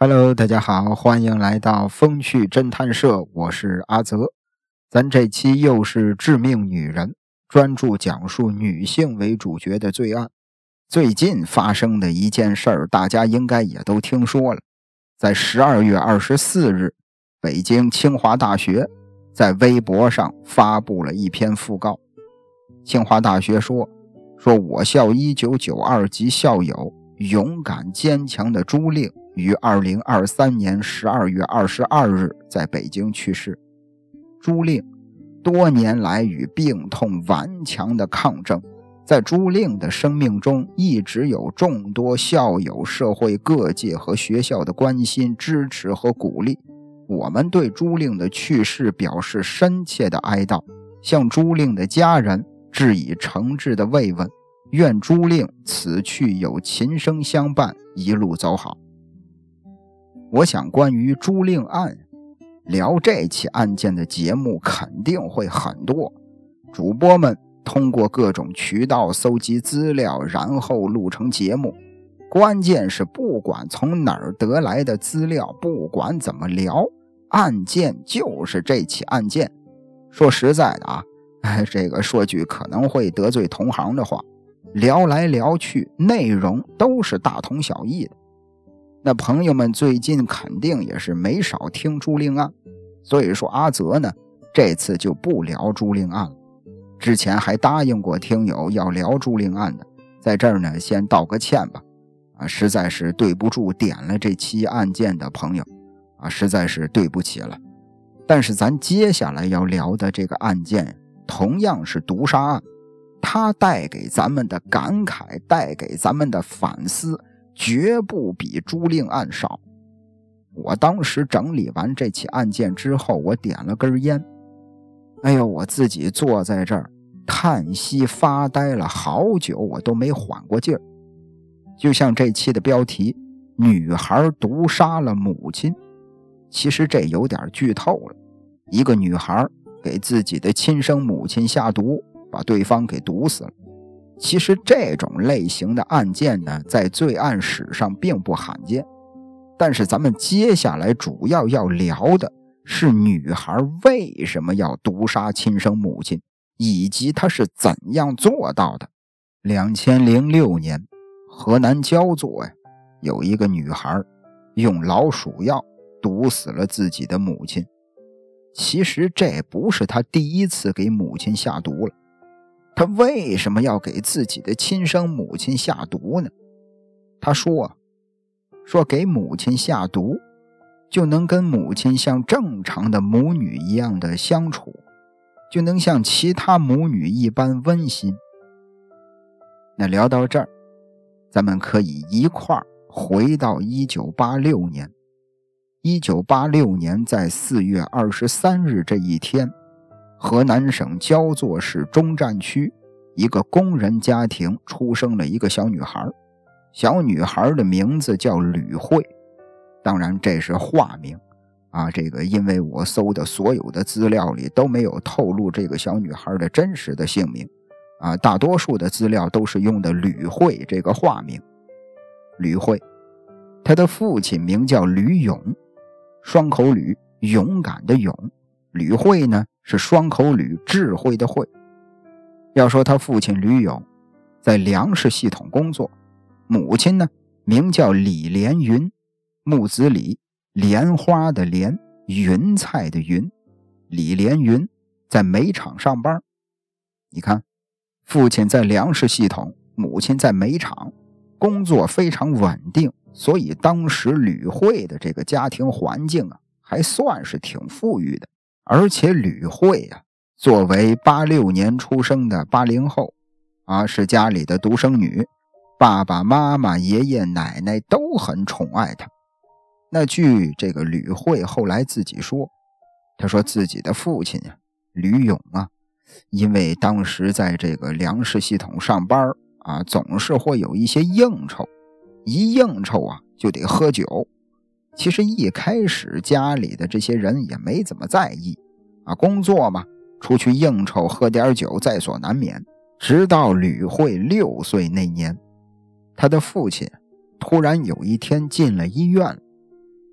Hello， 大家好，欢迎来到风趣侦探社，我是阿泽。咱这期又是致命女人，专注讲述女性为主角的罪案。最近发生的一件事儿，大家应该也都听说了。在12月24日，北京清华大学在微博上发布了一篇讣告。清华大学说我校1992级校友勇敢坚强的朱令于2023年12月22日在北京去世。朱令多年来与病痛顽强的抗争，在朱令的生命中一直有众多校友、社会各界和学校的关心、支持和鼓励。我们对朱令的去世表示深切的哀悼，向朱令的家人致以诚挚的慰问，愿朱令此去有琴声相伴，一路走好。我想关于朱令案，聊这起案件的节目肯定会很多，主播们通过各种渠道搜集资料，然后录成节目。关键是不管从哪儿得来的资料，不管怎么聊，案件就是这起案件。说实在的啊，这个说句可能会得罪同行的话，聊来聊去内容都是大同小异的。那朋友们最近肯定也是没少听朱令案，所以说阿泽呢这次就不聊朱令案了。之前还答应过听友要聊朱令案的，在这儿呢先道个歉吧。实在是对不住点了这期案件的朋友，实在是对不起了。但是咱接下来要聊的这个案件同样是毒杀案，它带给咱们的感慨，带给咱们的反思绝不比朱令案少。我当时整理完这起案件之后，我点了根烟，我自己坐在这儿叹息发呆了好久，我都没缓过劲儿。就像这期的标题，女孩毒杀了母亲，其实这有点剧透了。一个女孩给自己的亲生母亲下毒，把对方给毒死了。其实这种类型的案件呢，在罪案史上并不罕见，但是咱们接下来主要要聊的是女孩为什么要毒杀亲生母亲，以及她是怎样做到的。2006年河南焦作有一个女孩用老鼠药毒死了自己的母亲。其实这不是她第一次给母亲下毒了，她为什么要给自己的亲生母亲下毒呢？她说给母亲下毒就能跟母亲像正常的母女一样的相处，就能像其他母女一般温馨。那聊到这儿，咱们可以一块儿回到1986年。1986年在4月23日这一天，河南省焦作市中站区一个工人家庭出生了一个小女孩。小女孩的名字叫吕慧，当然这是化名这个因为我搜的所有的资料里都没有透露这个小女孩的真实的姓名大多数的资料都是用的吕慧这个化名。吕慧她的父亲名叫吕勇，双口吕，勇敢的勇。吕慧呢是双口吕，智慧的慧。要说他父亲吕勇在粮食系统工作，母亲呢名叫李连云，木子李，莲花的莲，云彩的云。李连云在煤厂上班。你看，父亲在粮食系统，母亲在煤厂，工作非常稳定，所以当时吕慧的这个家庭环境还算是挺富裕的。而且吕慧作为86年出生的80后是家里的独生女，爸爸妈妈爷爷奶奶都很宠爱她。那据这个吕慧后来自己说，她说自己的父亲吕勇因为当时在这个粮食系统上班总是会有一些应酬，一应酬就得喝酒。其实一开始家里的这些人也没怎么在意工作嘛，出去应酬喝点酒在所难免。直到吕慧6岁那年，他的父亲突然有一天进了医院，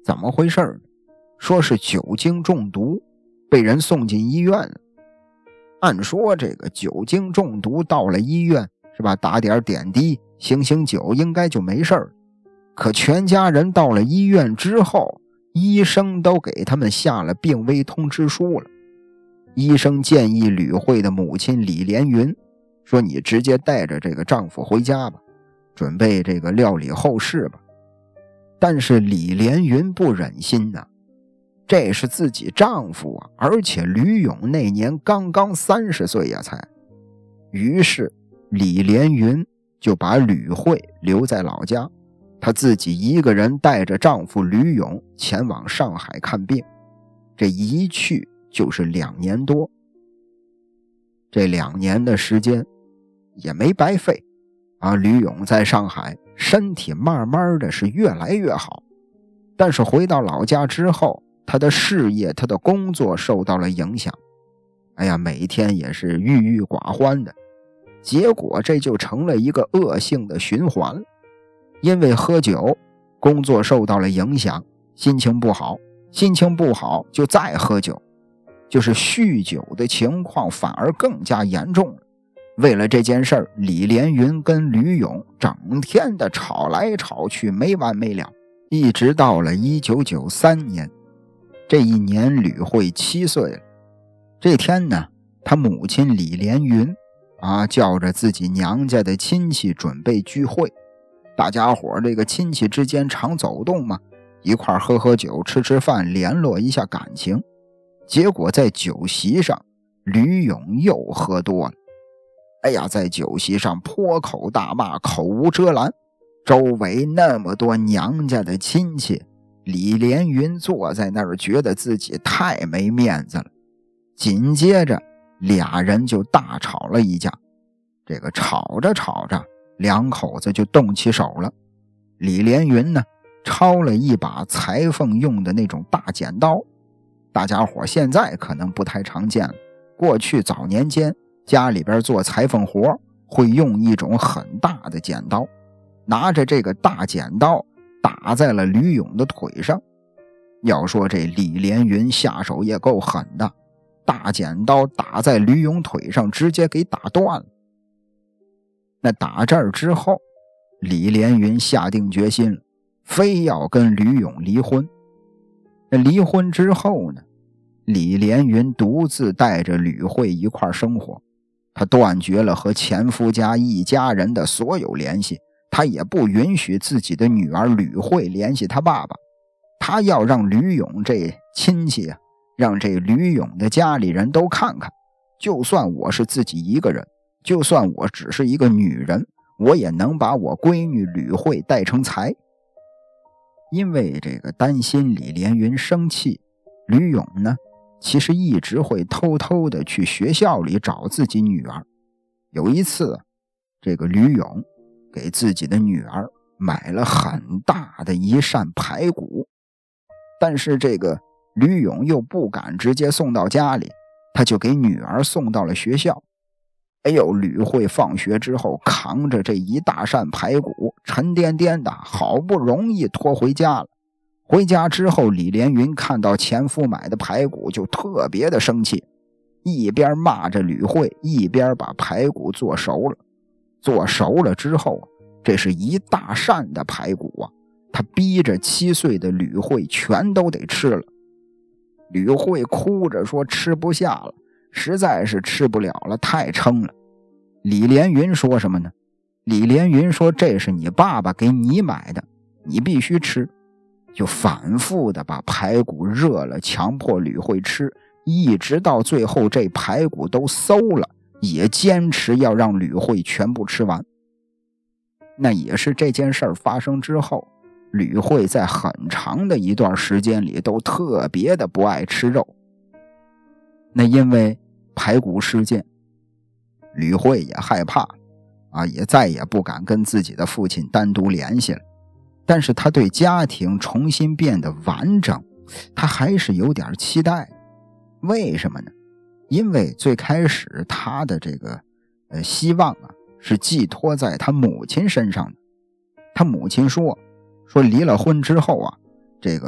怎么回事呢？说是酒精中毒，被人送进医院了。按说这个酒精中毒到了医院是吧，打点点滴醒酒应该就没事儿。可全家人到了医院之后，医生都给他们下了病危通知书了。医生建议吕慧的母亲李连云说，你直接带着这个丈夫回家吧，准备这个料理后事吧。但是李连云不忍心呐，这是自己丈夫啊，而且吕勇那年刚刚30岁呀才。于是李连云就把吕慧留在老家，她自己一个人带着丈夫吕勇前往上海看病，这一去就是2年多。这2年的时间也没白费啊，吕勇在上海身体慢慢的是越来越好，但是回到老家之后，他的事业他的工作受到了影响，哎呀，每天也是郁郁寡欢的，结果这就成了一个恶性的循环。因为喝酒工作受到了影响，心情不好就再喝酒，就是酗酒的情况反而更加严重了。为了这件事儿，李连云跟吕勇整天的吵来吵去，没完没了，一直到了1993年。这一年吕慧7岁了。这天呢，他母亲李连云叫着自己娘家的亲戚准备聚会，大家伙这个亲戚之间常走动嘛，一块喝酒吃饭，联络一下感情。结果在酒席上，吕勇又喝多了，哎呀，在酒席上泼口大骂，口无遮拦。周围那么多娘家的亲戚，李连云坐在那儿觉得自己太没面子了。紧接着俩人就大吵了一架，这个吵着两口子就动起手了。李连云呢，抄了一把裁缝用的那种大剪刀，大家伙现在可能不太常见了，过去早年间家里边做裁缝活会用一种很大的剪刀，拿着这个大剪刀打在了吕勇的腿上。要说这李连云下手也够狠的，大剪刀打在吕勇腿上，直接给打断了。那打这儿之后，李连云下定决心了，非要跟吕勇离婚。那离婚之后呢，李连云独自带着吕慧一块生活，他断绝了和前夫家一家人的所有联系，他也不允许自己的女儿吕慧联系他爸爸，他要让吕勇这亲戚让这吕勇的家里人都看看，就算我是自己一个人，就算我只是一个女人，我也能把我闺女吕慧带成才。因为这个担心李连云生气，吕勇呢其实一直会偷偷的去学校里找自己女儿。有一次，这个吕勇给自己的女儿买了很大的一扇排骨，但是这个吕勇又不敢直接送到家里，他就给女儿送到了学校。哎呦，吕慧放学之后扛着这一大扇排骨，沉甸甸的，好不容易拖回家了。回家之后，李连云看到前夫买的排骨就特别的生气，一边骂着吕慧，一边把排骨做熟了。做熟了之后，这是一大扇的排骨啊，他逼着7岁的吕慧全都得吃了。吕慧哭着说吃不下了，实在是吃不了了，太撑了。李连云说什么呢？李连云说这是你爸爸给你买的，你必须吃。就反复的把排骨热了，强迫吕慧吃，一直到最后这排骨都馊了，也坚持要让吕慧全部吃完。那也是这件事儿发生之后，吕慧在很长的一段时间里都特别的不爱吃肉。那因为排骨事件，吕慧也害怕也再也不敢跟自己的父亲单独联系了。但是他对家庭重新变得完整，他还是有点期待。为什么呢？因为最开始他的这个希望是寄托在他母亲身上的。他母亲说离了婚之后这个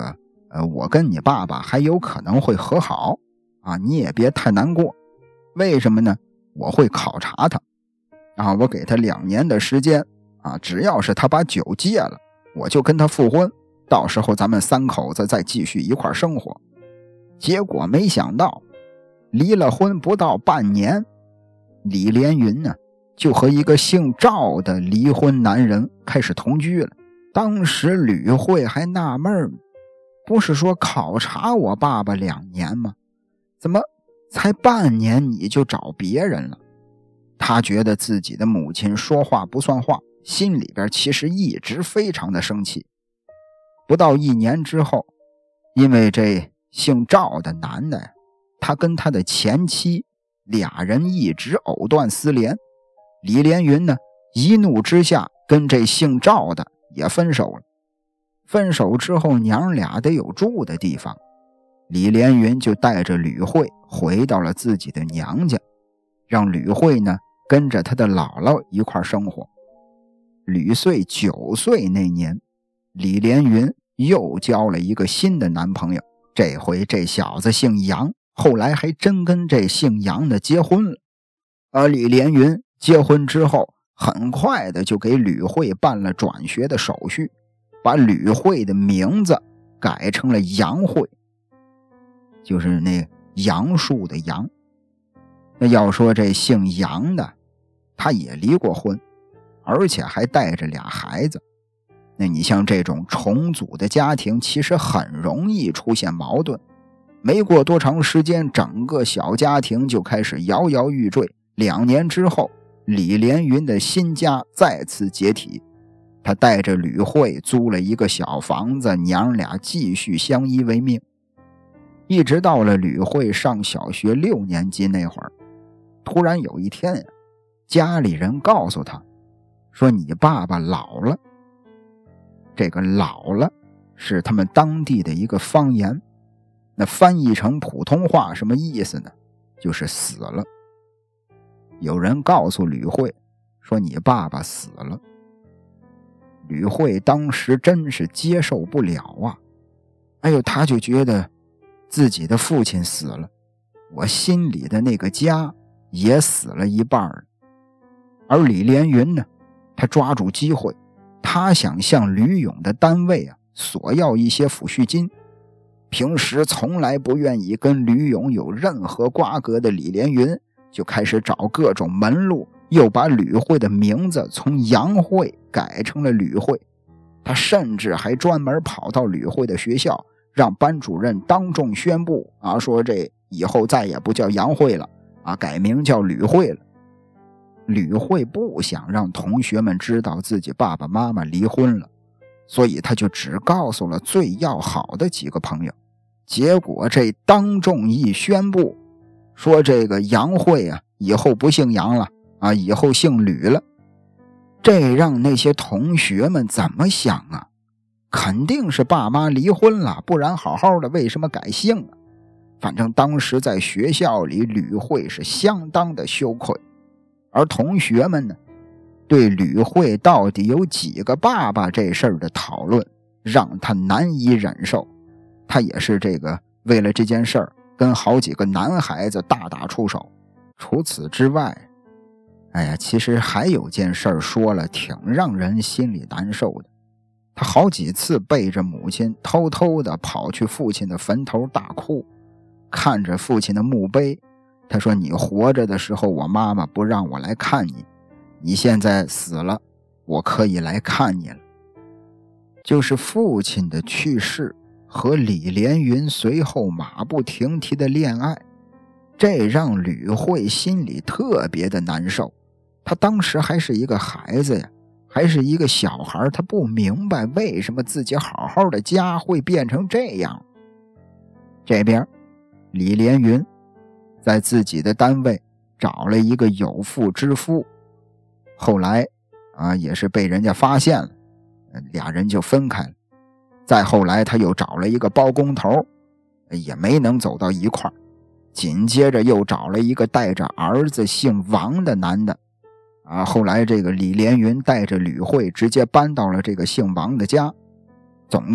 我跟你爸爸还有可能会和好啊，你也别太难过。为什么呢？我会考察他啊，我给他2年的时间啊，只要是他把酒戒了，我就跟他复婚，到时候咱们3口子再继续一块生活。结果没想到离了婚不到半年，李连云呢就和一个姓赵的离婚男人开始同居了。当时吕慧还纳闷，不是说考察我爸爸2年吗？怎么才半年你就找别人了？他觉得自己的母亲说话不算话，心里边其实一直非常的生气。不到1年之后，因为这姓赵的男的，他跟他的前妻俩人一直藕断丝连，李连云呢一怒之下跟这姓赵的也分手了。分手之后娘俩得有住的地方，李连云就带着吕慧回到了自己的娘家，让吕慧呢跟着他的姥姥一块生活。吕岁9岁那年，李连云又交了一个新的男朋友，这回这小子姓杨，后来还真跟这姓杨的结婚了。而李连云结婚之后，很快的就给吕慧办了转学的手续，把吕慧的名字改成了杨慧，就是那杨树的杨。那要说这姓杨的，他也离过婚，而且还带着俩孩子。那你像这种重组的家庭，其实很容易出现矛盾。没过多长时间，整个小家庭就开始摇摇欲坠。2年之后，李连云的新家再次解体，他带着吕慧租了一个小房子，娘俩继续相依为命。一直到了吕慧上小学6年级那会儿，突然有一天呀，家里人告诉他说你爸爸老了。这个老了是他们当地的一个方言，那翻译成普通话什么意思呢？就是死了。有人告诉吕慧说你爸爸死了。吕慧当时真是接受不了啊，他就觉得自己的父亲死了，我心里的那个家也死了一半了。而李连云呢，他抓住机会，他想向吕勇的单位索要一些抚恤金。平时从来不愿意跟吕勇有任何瓜葛的李连云就开始找各种门路，又把吕慧的名字从杨慧改成了吕慧。他甚至还专门跑到吕慧的学校，让班主任当众宣布说这以后再也不叫杨慧了改名叫吕慧了。吕慧不想让同学们知道自己爸爸妈妈离婚了，所以他就只告诉了最要好的几个朋友。结果这当众一宣布，说这个杨慧以后不姓杨了以后姓吕了。这让那些同学们怎么想肯定是爸妈离婚了，不然好好的为什么改姓反正当时在学校里，吕慧是相当的羞愧。而同学们呢，对吕慧到底有几个爸爸这事儿的讨论，让他难以忍受。他也是为了这件事儿跟好几个男孩子大打出手。除此之外，其实还有件事儿说了挺让人心里难受的。他好几次背着母亲偷偷的跑去父亲的坟头大哭，看着父亲的墓碑，他说你活着的时候我妈妈不让我来看你，你现在死了我可以来看你了。就是父亲的去世和李连云随后马不停蹄的恋爱，这让吕慧心里特别的难受。他当时还是一个孩子呀，还是一个小孩，他不明白为什么自己好好的家会变成这样。这边李连云在自己的单位找了一个有妇之夫，后来也是被人家发现了，俩人就分开了。再后来他又找了一个包工头，也没能走到一块儿。紧接着又找了一个带着儿子姓王的男的后来这个李连云带着吕慧直接搬到了这个姓王的家。总之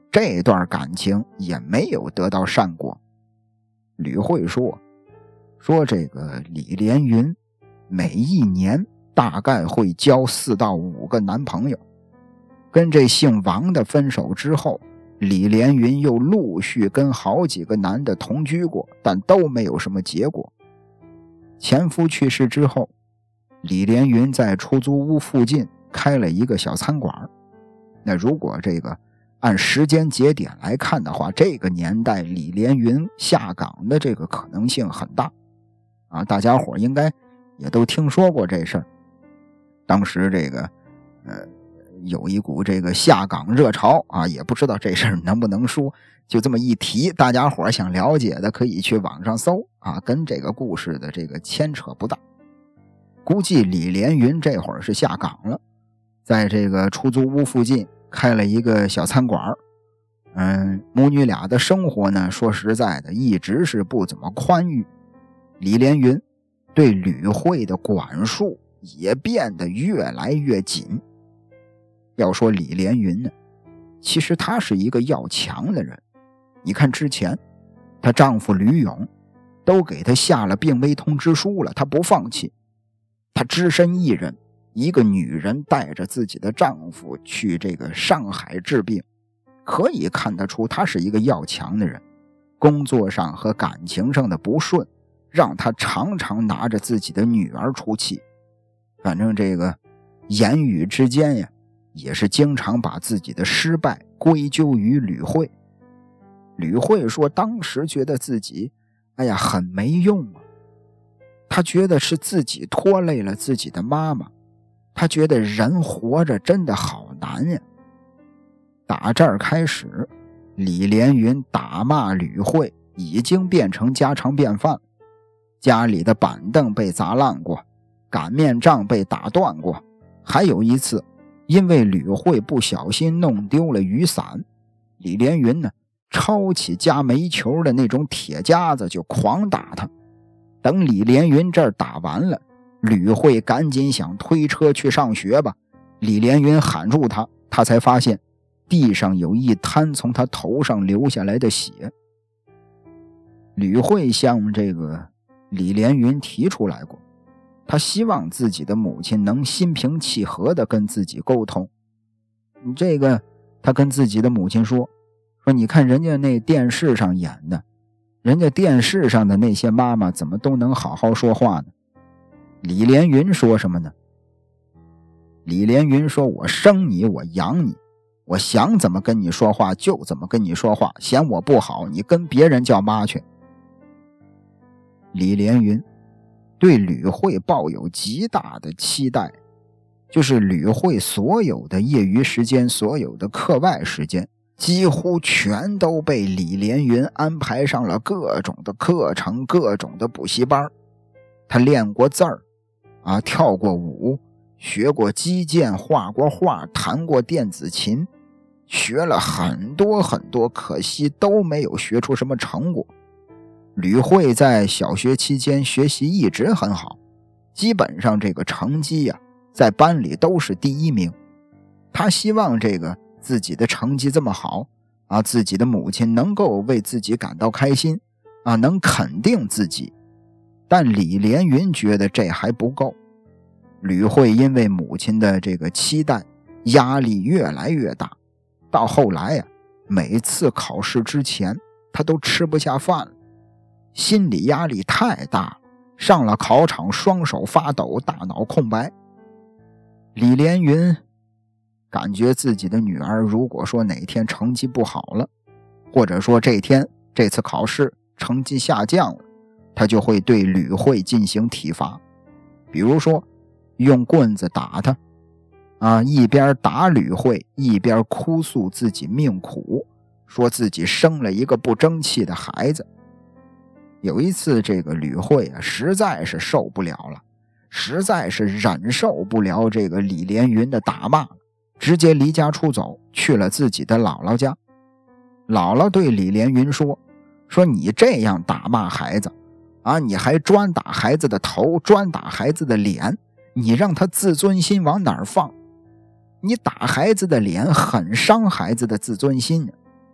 这段感情也没有得到善果。吕慧说这个李连云每一年大概会交4到5个男朋友，跟这姓王的分手之后，李连云又陆续跟好几个男的同居过，但都没有什么结果。前夫去世之后，李连云在出租屋附近开了一个小餐馆。那如果这个按时间节点来看的话，这个年代李连云下岗的这个可能性很大啊，大家伙应该也都听说过这事儿。当时这个有一股这个下岗热潮啊，也不知道这事儿能不能说，就这么一提，大家伙想了解的可以去网上搜啊，跟这个故事的这个牵扯不大。估计李连云这会儿是下岗了，在这个出租屋附近开了一个小餐馆。母女俩的生活呢，说实在的一直是不怎么宽裕。李连云对吕慧的管束也变得越来越紧。要说李连云呢，其实她是一个要强的人。你看之前她丈夫吕勇都给她下了病危通知书了，她不放弃。她只身一人，一个女人带着自己的丈夫去这个上海治病，可以看得出她是一个要强的人。工作上和感情上的不顺，让她常常拿着自己的女儿出气。反正这个言语之间呀，也是经常把自己的失败归咎于吕慧。吕慧说当时觉得自己很没用啊，她觉得是自己拖累了自己的妈妈，她觉得人活着真的好难呀。打这儿开始，李连云打骂吕慧已经变成家常便饭。家里的板凳被砸烂过，擀面杖被打断过，还有一次因为吕慧不小心弄丢了雨伞，李连云呢抄起夹煤球的那种铁夹子就狂打他。等李连云这儿打完了，吕慧赶紧想推车去上学吧，李连云喊住他，他才发现地上有一滩从他头上流下来的血。吕慧向这个李连云提出来过，他希望自己的母亲能心平气和地跟自己沟通。这个他跟自己的母亲说你看人家那电视上演的，人家电视上的那些妈妈怎么都能好好说话呢？李连云说什么呢？李连云说我生你我养你，我想怎么跟你说话就怎么跟你说话，嫌我不好你跟别人叫妈去。李连云对吕慧抱有极大的期待，就是吕慧所有的业余时间，所有的课外时间几乎全都被李连云安排上了各种的课程，各种的补习班。他练过字儿跳过舞，学过击剑，画过画，弹过电子琴，学了很多很多，可惜都没有学出什么成果。吕慧在小学期间学习一直很好，基本上这个成绩在班里都是第1名。他希望这个自己的成绩这么好自己的母亲能够为自己感到开心能肯定自己。但李连云觉得这还不够。吕慧因为母亲的这个期待，压力越来越大，到后来每次考试之前他都吃不下饭了，心理压力太大了，上了考场双手发抖，大脑空白。李连云感觉自己的女儿如果说哪天成绩不好了，或者说这次考试成绩下降了，他就会对吕慧进行体罚。比如说用棍子打他一边打吕慧一边哭诉自己命苦，说自己生了一个不争气的孩子。有一次这个吕慧实在是受不了了，实在是忍受不了这个李连云的打骂，直接离家出走，去了自己的姥姥家。姥姥对李连云说你这样打骂孩子你还专打孩子的头，专打孩子的脸，你让他自尊心往哪儿放？你打孩子的脸很伤孩子的自尊心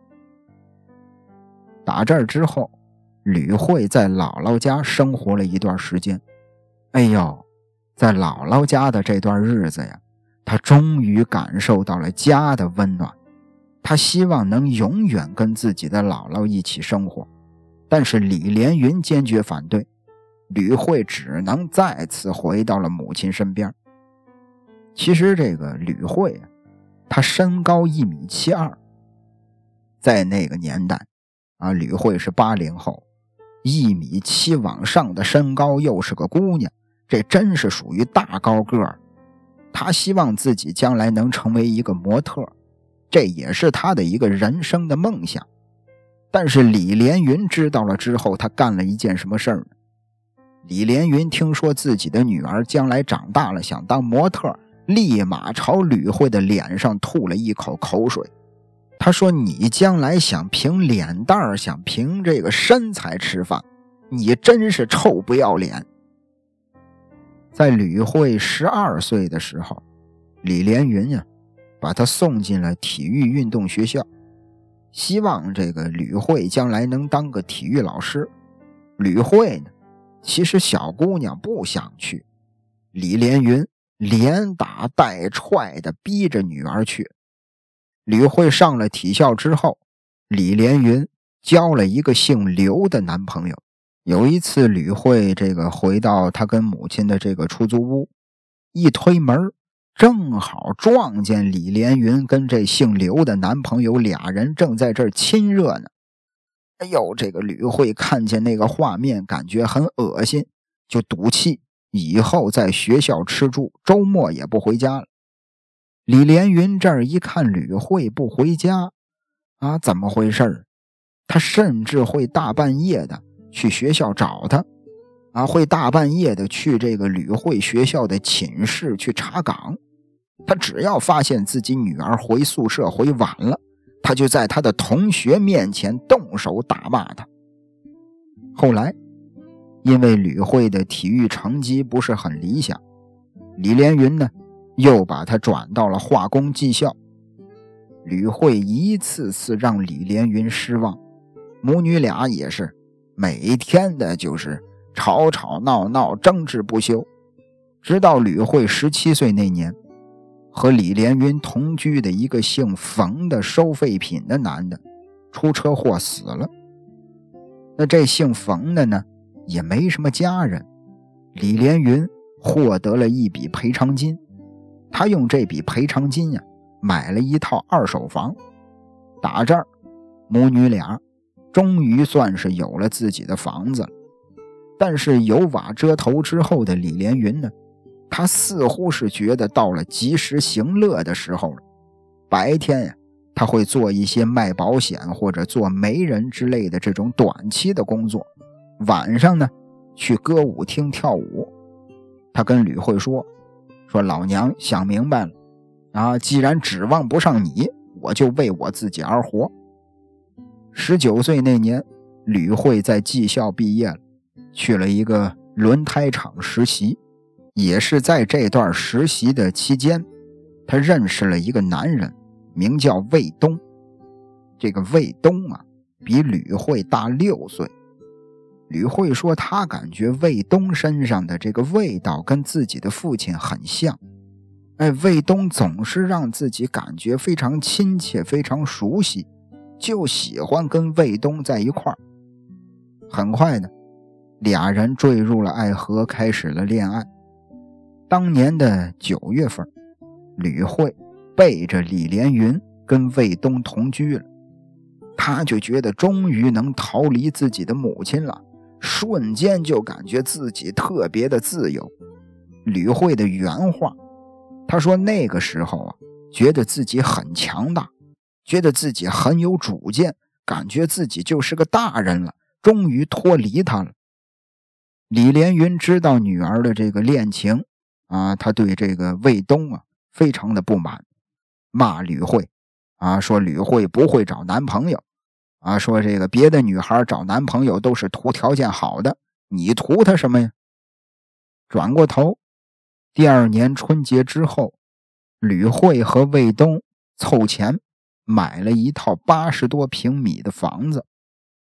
打这儿之后，吕慧在姥姥家生活了一段时间。哎呦，在姥姥家的这段日子呀，她终于感受到了家的温暖。她希望能永远跟自己的姥姥一起生活，但是李连云坚决反对，吕慧只能再次回到了母亲身边。其实这个吕慧啊，她身高1.72米，在那个年代啊，吕慧是80后，1.7米往上的身高，又是个姑娘，这真是属于大高个儿。她希望自己将来能成为一个模特，这也是她的一个人生的梦想。但是李连云知道了之后，他干了一件什么事儿呢？李连云听说自己的女儿将来长大了想当模特，立马朝吕慧的脸上吐了一口口水。他说，你将来想凭脸蛋，想凭这个身材吃饭，你真是臭不要脸。在吕慧12岁的时候，李连云把她送进了体育运动学校，希望这个吕慧将来能当个体育老师。吕慧呢，其实小姑娘不想去，李连云连打带踹的逼着女儿去。吕慧上了体校之后，李连云交了一个姓刘的男朋友。有一次吕慧回到她跟母亲的这个出租屋，一推门，正好撞见李连云跟这姓刘的男朋友俩人正在这儿亲热呢。哎呦，这个吕慧看见那个画面，感觉很恶心，就赌气以后在学校吃住，周末也不回家了。李连云这儿一看吕慧不回家啊，怎么回事？他甚至会大半夜的去学校找他啊，会大半夜的去这个吕慧学校的寝室去查岗。他只要发现自己女儿回宿舍回晚了，他就在他的同学面前动手打骂他。后来因为吕慧的体育成绩不是很理想，李连云呢又把他转到了化工技校。吕慧一次次让李连云失望，母女俩也是每天的就是吵吵闹闹，争执不休。直到吕慧17岁那年，和李连云同居的一个姓冯的收废品的男的出车祸死了。那这姓冯的呢也没什么家人，李连云获得了一笔赔偿金，他用这笔赔偿金买了一套2手房。打这儿母女俩终于算是有了自己的房子了。但是有瓦遮头之后的李连云呢，他似乎是觉得到了及时行乐的时候了。白天他会做一些卖保险或者做媒人之类的这种短期的工作，晚上呢去歌舞厅跳舞。他跟吕慧说老娘想明白了啊，既然指望不上你，我就为我自己而活。19岁那年，吕慧在技校毕业了，去了一个轮胎厂实习。也是在这段实习的期间，他认识了一个男人，名叫魏东。这个魏东比吕慧大6岁。吕慧说他感觉魏东身上的这个味道跟自己的父亲很像。魏东总是让自己感觉非常亲切，非常熟悉，就喜欢跟魏东在一块儿。很快的，俩人坠入了爱河，开始了恋爱。当年的9月份，吕慧背着李连云跟魏东同居了。他就觉得终于能逃离自己的母亲了，瞬间就感觉自己特别的自由。吕慧的原话，他说那个时候觉得自己很强大，觉得自己很有主见，感觉自己就是个大人了，终于脱离他了。李连云知道女儿的这个恋情他对这个魏东非常的不满，骂吕慧说吕慧不会找男朋友说这个别的女孩找男朋友都是图条件好的，你图他什么呀？转过头，第2年春节之后，吕慧和魏东凑钱买了一套80多平米的房子，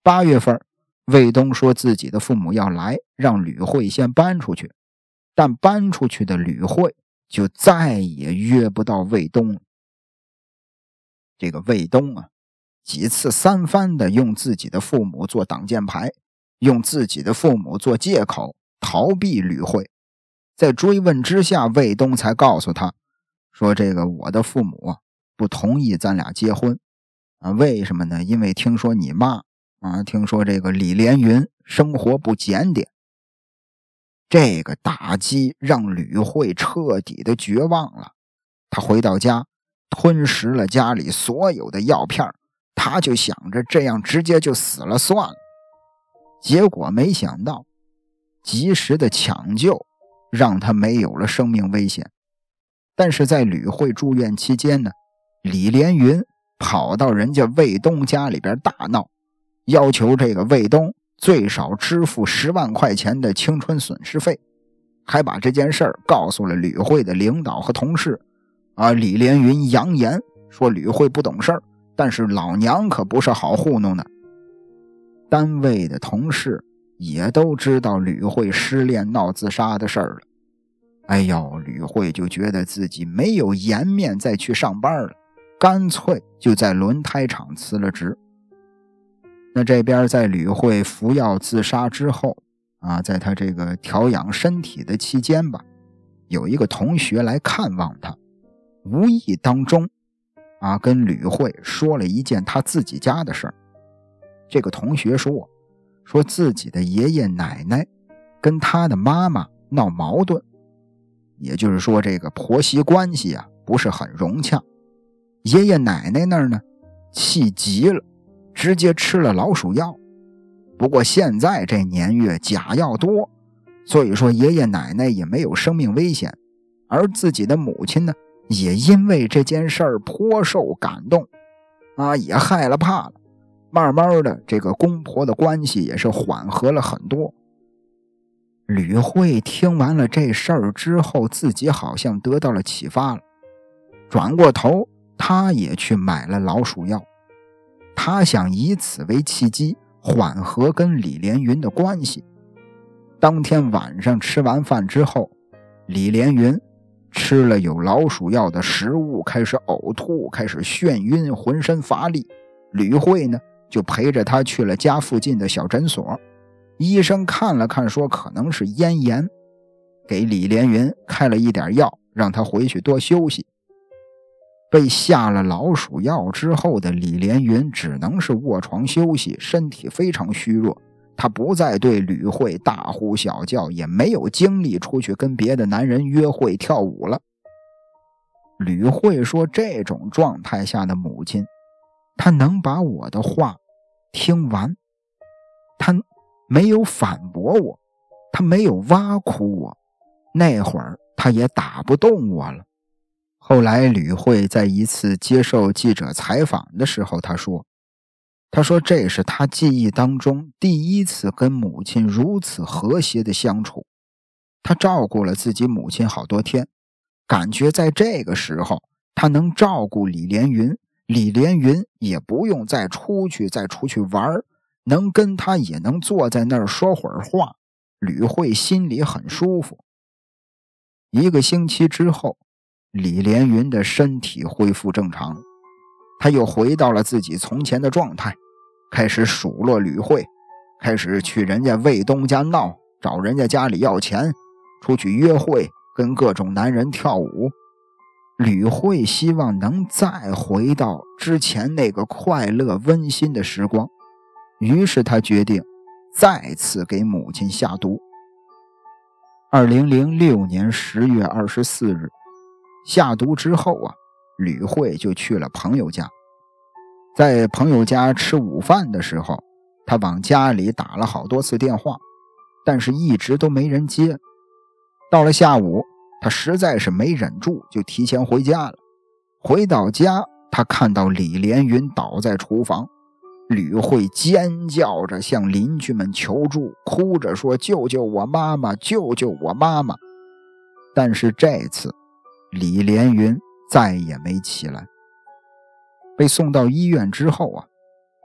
8月份，卫东说自己的父母要来，让吕慧先搬出去，但搬出去的吕慧就再也约不到卫东了。这个卫东啊，几次三番的用自己的父母做挡箭牌，用自己的父母做借口逃避吕慧。在追问之下，卫东才告诉他说，这个我的父母不同意咱俩结婚为什么呢？因为听说你妈听说这个李连云生活不检点。这个打击让吕慧彻底的绝望了。他回到家，吞食了家里所有的药片，他就想着这样直接就死了算了。结果没想到，及时的抢救让他没有了生命危险。但是在吕慧住院期间呢，李连云跑到人家卫东家里边大闹，要求这个卫东最少支付10万块钱的青春损失费，还把这件事儿告诉了吕慧的领导和同事。李连云扬言说吕慧不懂事儿，但是老娘可不是好糊弄的。单位的同事也都知道吕慧失恋闹自杀的事儿了。哎呦，吕慧就觉得自己没有颜面再去上班了，干脆就在轮胎厂辞了职。那这边在吕慧服药自杀之后在他这个调养身体的期间吧，有一个同学来看望他，无意当中跟吕慧说了一件他自己家的事儿。这个同学说自己的爷爷奶奶跟他的妈妈闹矛盾，也就是说这个婆媳关系不是很融洽。爷爷奶奶那儿呢气急了，直接吃了老鼠药。不过现在这年月假药多，所以说爷爷奶奶也没有生命危险，而自己的母亲呢也因为这件事儿颇受感动也害了怕了。慢慢的这个公婆的关系也是缓和了很多。吕慧听完了这事儿之后，自己好像得到了启发了，转过头他也去买了老鼠药，他想以此为契机缓和跟李连云的关系。当天晚上吃完饭之后，李连云吃了有老鼠药的食物，开始呕吐，开始眩晕，浑身乏力。吕慧呢就陪着他去了家附近的小诊所，医生看了看说可能是咽炎，给李连云开了一点药，让他回去多休息。被下了老鼠药之后的李连云只能是卧床休息，身体非常虚弱。他不再对吕慧大呼小叫，也没有精力出去跟别的男人约会跳舞了。吕慧说这种状态下的母亲，她能把我的话听完，她没有反驳我，她没有挖苦我，那会儿她也打不动我了。后来吕慧在一次接受记者采访的时候，她说这是她记忆当中第一次跟母亲如此和谐的相处。她照顾了自己母亲好多天，感觉在这个时候她能照顾李连云，李连云也不用再出去玩，能跟他也能坐在那儿说会儿话，吕慧心里很舒服。1个星期之后，李连云的身体恢复正常，他又回到了自己从前的状态，开始数落吕慧，开始去人家卫东家闹，找人家家里要钱，出去约会，跟各种男人跳舞。吕慧希望能再回到之前那个快乐温馨的时光，于是他决定再次给母亲下毒。2006年10月24日，下毒之后吕慧就去了朋友家。在朋友家吃午饭的时候，他往家里打了好多次电话，但是一直都没人接。到了下午，他实在是没忍住，就提前回家了。回到家，他看到李连云倒在厨房，吕慧尖叫着向邻居们求助，哭着说救救我妈妈，救救我妈妈。但是这次李连云再也没起来。被送到医院之后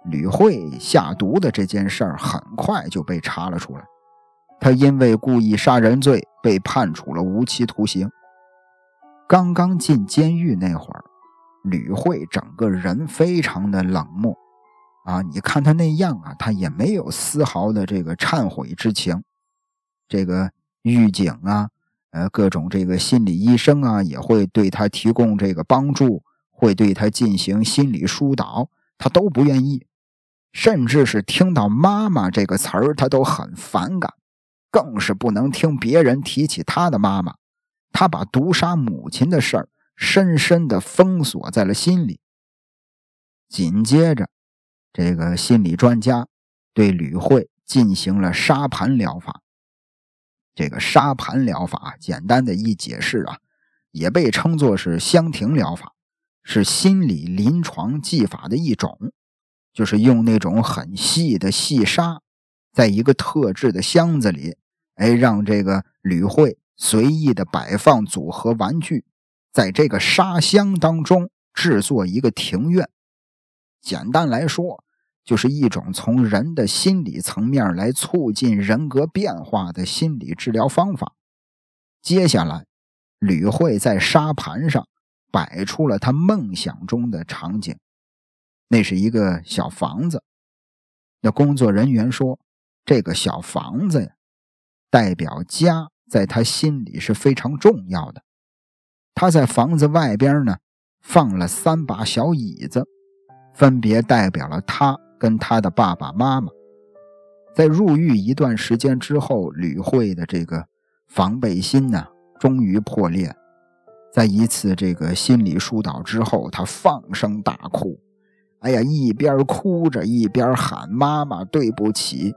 吕慧下毒的这件事儿很快就被查了出来，他因为故意杀人罪被判处了无期徒刑。刚刚进监狱那会儿，吕慧整个人非常的冷漠啊，你看他那样啊，他也没有丝毫的这个忏悔之情。这个狱警啊，各种这个心理医生啊，也会对他提供这个帮助，会对他进行心理疏导，他都不愿意。甚至是听到妈妈这个词儿，他都很反感，更是不能听别人提起他的妈妈。他把毒杀母亲的事儿深深地封锁在了心里。紧接着，这个心理专家对吕慧进行了沙盘疗法。这个沙盘疗法简单的一解释啊，也被称作是香庭疗法，是心理临床技法的一种，就是用那种很细的细沙，在一个特制的箱子里，让这个吕慧随意的摆放组合玩具，在这个沙箱当中制作一个庭院。简单来说，就是一种从人的心理层面来促进人格变化的心理治疗方法。接下来，吕慧在沙盘上摆出了他梦想中的场景，那是一个小房子。那工作人员说，这个小房子呀，代表家在他心里是非常重要的。他在房子外边呢，放了3把小椅子，分别代表了他跟他的爸爸妈妈。在入狱一段时间之后，吕慧的这个防备心呢，终于破裂。在一次这个心理疏导之后，他放声大哭，一边哭着一边喊妈妈对不起。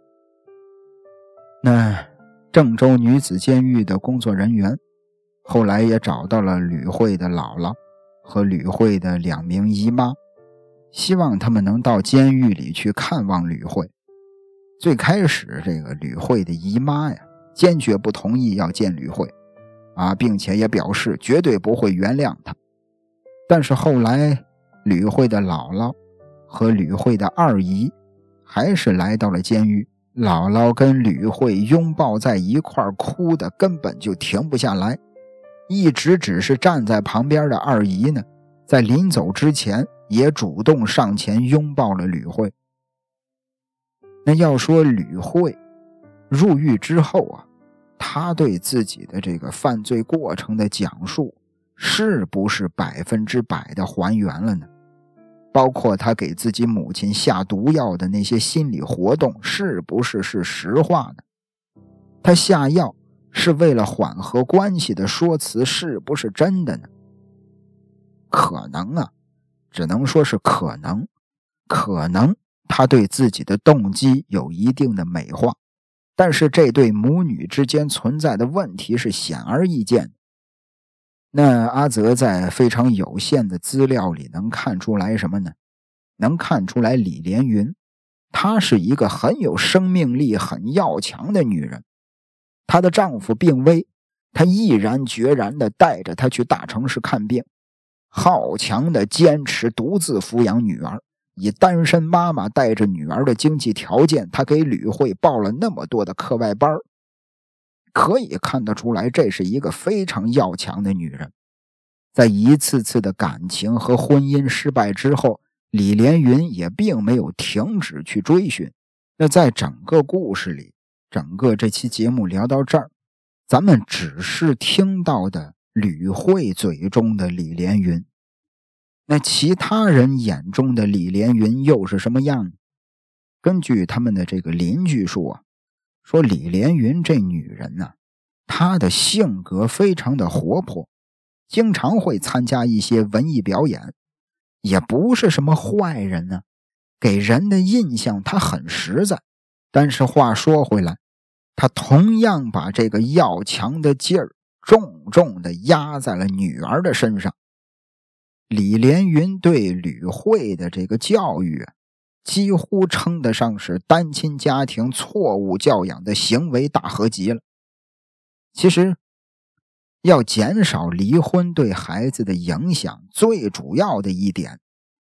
那郑州女子监狱的工作人员后来也找到了吕慧的姥姥和吕慧的2名姨妈，希望他们能到监狱里去看望吕慧。最开始这个吕慧的姨妈呀，坚决不同意要见吕慧并且也表示绝对不会原谅她。但是后来吕慧的姥姥和吕慧的2姨还是来到了监狱，姥姥跟吕慧拥抱在一块儿，哭的根本就停不下来。一直只是站在旁边的2姨呢，在临走之前也主动上前拥抱了吕慧。那要说吕慧入狱之后他对自己的这个犯罪过程的讲述是不是100%的还原了呢？包括他给自己母亲下毒药的那些心理活动是不是实话呢？他下药是为了缓和关系的说辞是不是真的呢？可能只能说是可能他对自己的动机有一定的美化，但是这对母女之间存在的问题是显而易见的。那阿泽在非常有限的资料里能看出来什么呢？能看出来李莲云她是一个很有生命力很要强的女人。她的丈夫病危，她毅然决然地带着她去大城市看病，好强地坚持独自抚养女儿。以单身妈妈带着女儿的经济条件，她给吕慧报了那么多的课外班，可以看得出来这是一个非常要强的女人。在一次次的感情和婚姻失败之后，李莲云也并没有停止去追寻。那在整个故事里，整个这期节目聊到这儿，咱们只是听到的吕慧嘴中的李莲云。那其他人眼中的李莲云又是什么样呢？根据他们的这个邻居说说李莲云这女人她的性格非常的活泼，经常会参加一些文艺表演，也不是什么坏人给人的印象她很实在。但是话说回来，她同样把这个要强的劲儿重重地压在了女儿的身上。李莲云对吕慧的这个教育几乎称得上是单亲家庭错误教养的行为大合集了。其实要减少离婚对孩子的影响，最主要的一点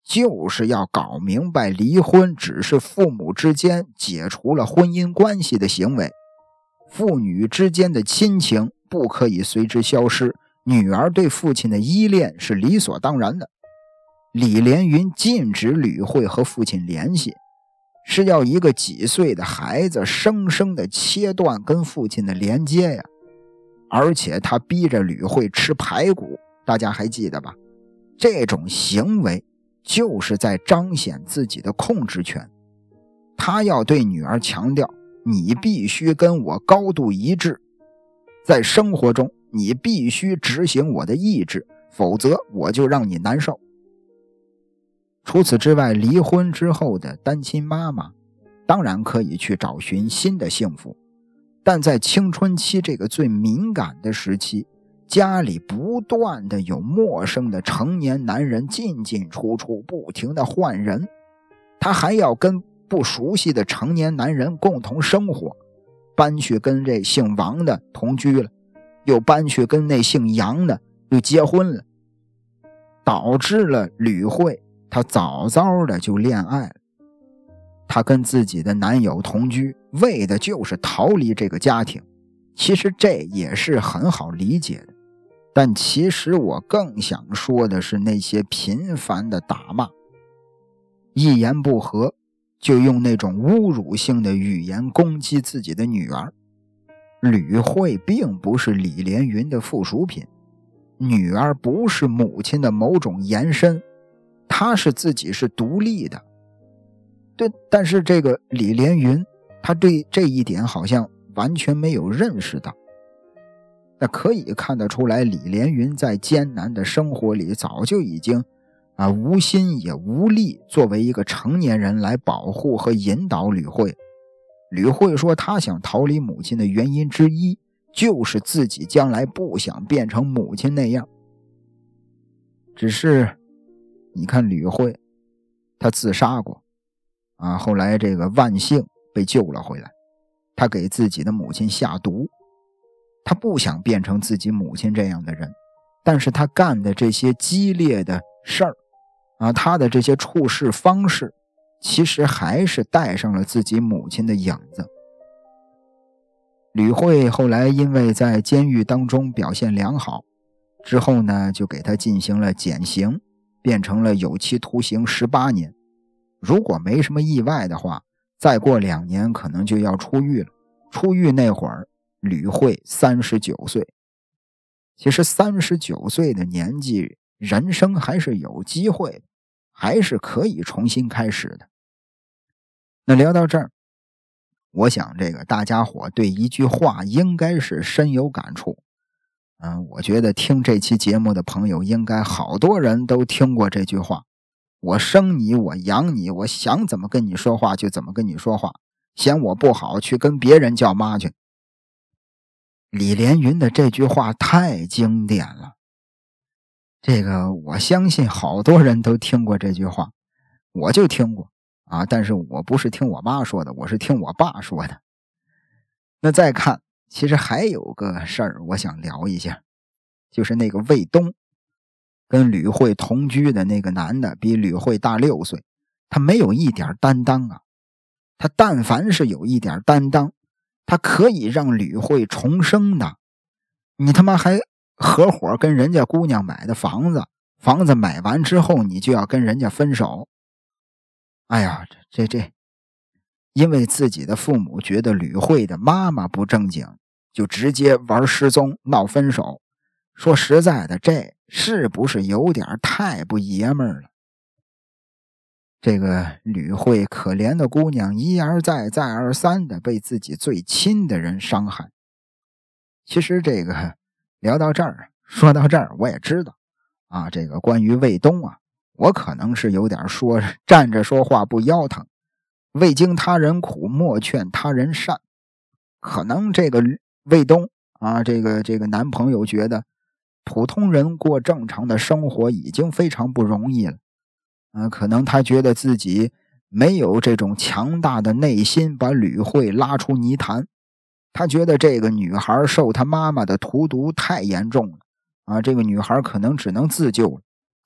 就是要搞明白离婚只是父母之间解除了婚姻关系的行为，父女之间的亲情不可以随之消失，女儿对父亲的依恋是理所当然的。李莲云禁止吕慧和父亲联系，是要一个几岁的孩子生生的切断跟父亲的连接呀。而且他逼着吕慧吃排骨，大家还记得吧？这种行为就是在彰显自己的控制权。他要对女儿强调，你必须跟我高度一致，在生活中你必须执行我的意志，否则我就让你难受。除此之外，离婚之后的单亲妈妈当然可以去找寻新的幸福，但在青春期这个最敏感的时期，家里不断的有陌生的成年男人进进出出，不停的换人，她还要跟不熟悉的成年男人共同生活，搬去跟这姓王的同居了，又搬去跟那姓杨的又结婚了，导致了吕慧她早早的就恋爱了。她跟自己的男友同居，为的就是逃离这个家庭，其实这也是很好理解的。但其实我更想说的是那些频繁的打骂，一言不合就用那种侮辱性的语言攻击自己的女儿。吕慧并不是李莲云的附属品，女儿不是母亲的某种延伸，她是自己是独立的。对，但是这个李莲云她对这一点好像完全没有认识到。那可以看得出来，李莲云在艰难的生活里早就已经无心也无力作为一个成年人来保护和引导吕慧。吕慧说她想逃离母亲的原因之一就是自己将来不想变成母亲那样。只是你看吕慧她自杀过后来这个万幸被救了回来，她给自己的母亲下毒，她不想变成自己母亲这样的人，但是她干的这些激烈的事儿她的这些处事方式其实还是带上了自己母亲的影子。吕慧后来因为在监狱当中表现良好，之后呢就给她进行了减刑，变成了有期徒刑18年。如果没什么意外的话，再过2年可能就要出狱了。出狱那会儿吕慧39岁。其实39岁的年纪，人生还是有机会的，还是可以重新开始的。那聊到这儿，我想这个大家伙对一句话应该是深有感触。我觉得听这期节目的朋友应该好多人都听过这句话，我生你，我养你，我想怎么跟你说话就怎么跟你说话，嫌我不好去跟别人叫妈去。李莲云的这句话太经典了，这个我相信好多人都听过这句话，我就听过但是我不是听我妈说的，我是听我爸说的。那再看，其实还有个事儿我想聊一下，就是那个卫东跟吕慧同居的那个男的比吕慧大6岁，他没有一点担当他但凡是有一点担当，他可以让吕慧重生的。你他妈还合伙跟人家姑娘买的房子，房子买完之后你就要跟人家分手。哎呀，这因为自己的父母觉得吕慧的妈妈不正经，就直接玩失踪闹分手。说实在的，这是不是有点太不爷们儿了？这个吕慧可怜的姑娘一而再再而三的被自己最亲的人伤害。其实这个聊到这儿，说到这儿，我也知道这个关于卫东我可能是有点说站着说话不腰疼，未经他人苦，莫劝他人善。可能这个卫东这个男朋友觉得普通人过正常的生活已经非常不容易了可能他觉得自己没有这种强大的内心把吕慧拉出泥潭，他觉得这个女孩受她妈妈的荼毒太严重了这个女孩可能只能自救了，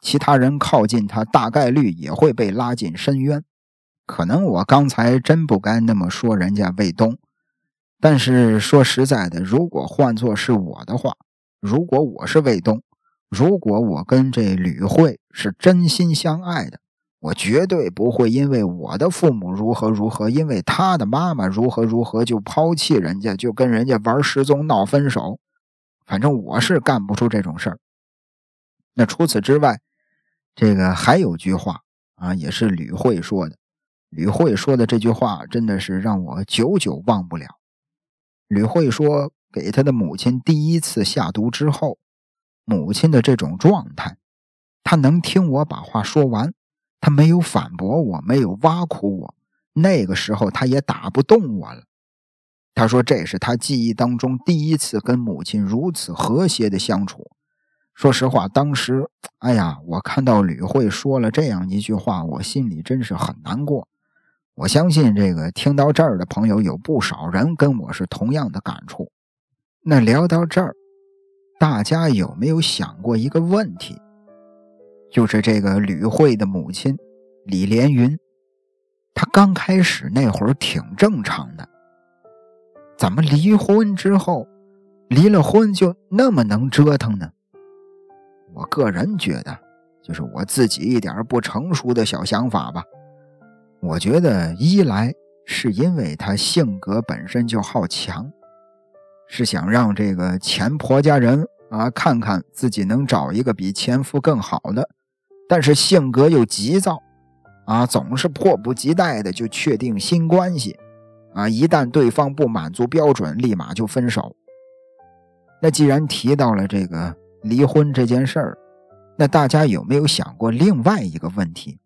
其他人靠近他大概率也会被拉进深渊。可能我刚才真不该那么说人家卫东，但是说实在的，如果换作是我的话，如果我是卫东，如果我跟这吕慧是真心相爱的，我绝对不会因为我的父母如何如何，因为他的妈妈如何如何就抛弃人家，就跟人家玩失踪闹分手。反正我是干不出这种事儿。那除此之外，这个还有句话啊，也是吕慧说的。吕慧说的这句话真的是让我久久忘不了。吕慧说，给他的母亲第一次下毒之后，母亲的这种状态，他能听我把话说完，他没有反驳我，没有挖苦我，那个时候他也打不动我了。他说这是他记忆当中第一次跟母亲如此和谐的相处。说实话，当时我看到吕慧说了这样一句话，我心里真是很难过。我相信这个听到这儿的朋友有不少人跟我是同样的感触。那聊到这儿，大家有没有想过一个问题，就是这个吕慧的母亲李连云，她刚开始那会儿挺正常的，怎么离婚之后，离了婚就那么能折腾呢？我个人觉得，就是我自己一点不成熟的小想法吧。我觉得一来是因为她性格本身就好强，是想让这个前婆家人看看自己能找一个比前夫更好的，但是性格又急躁总是迫不及待的就确定新关系一旦对方不满足标准，立马就分手。那既然提到了这个离婚这件事儿，那大家有没有想过另外一个问题，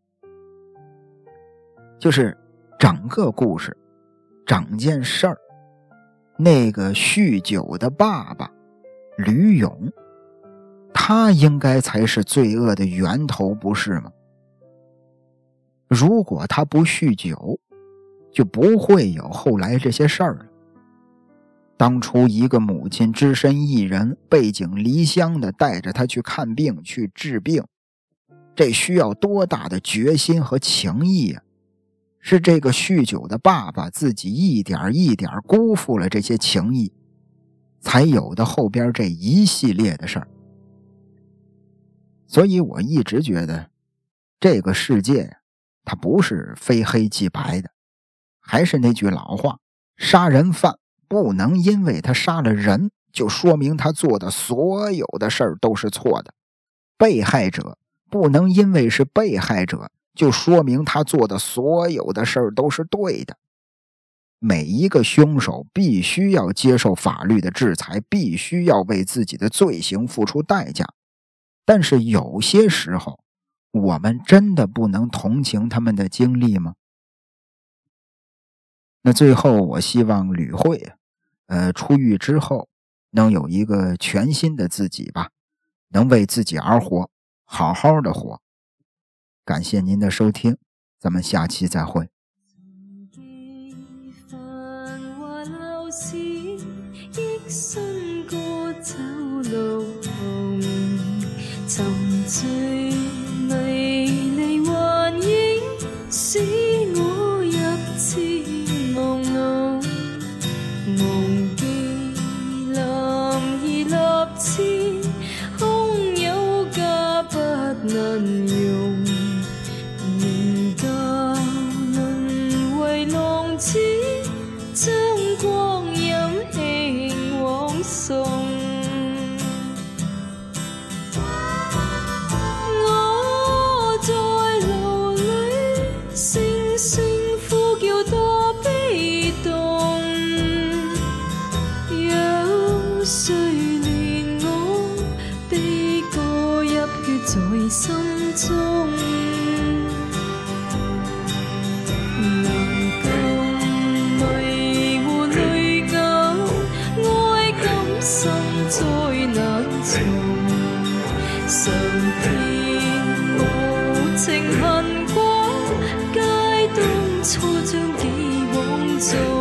就是整个故事整件事儿，那个酗酒的爸爸吕勇，他应该才是罪恶的源头，不是吗？如果他不酗酒，就不会有后来这些事儿了。当初一个母亲只身一人，背井离乡的带着他去看病去治病，这需要多大的决心和情谊啊！是这个酗酒的爸爸自己一点一点辜负了这些情谊，才有的后边这一系列的事儿。所以我一直觉得这个世界它不是非黑即白的，还是那句老话，杀人犯不能因为他杀了人就说明他做的所有的事儿都是错的，被害者不能因为是被害者就说明他做的所有的事儿都是对的。每一个凶手必须要接受法律的制裁，必须要为自己的罪行付出代价。但是有些时候，我们真的不能同情他们的经历吗？那最后我希望吕慧出狱之后能有一个全新的自己吧，能为自己而活，好好的活。感谢您的收听，咱们下期再会。 沉醉迷离幻影，使我入痴梦路，忘記男兒立志，空有家不能容，名教淪為浪子，將光陰輕往送。誰憐我悲歌泣血在心中，難禁迷糊淚感，愛感心再難從，上天無情恨果，皆當初將既往做。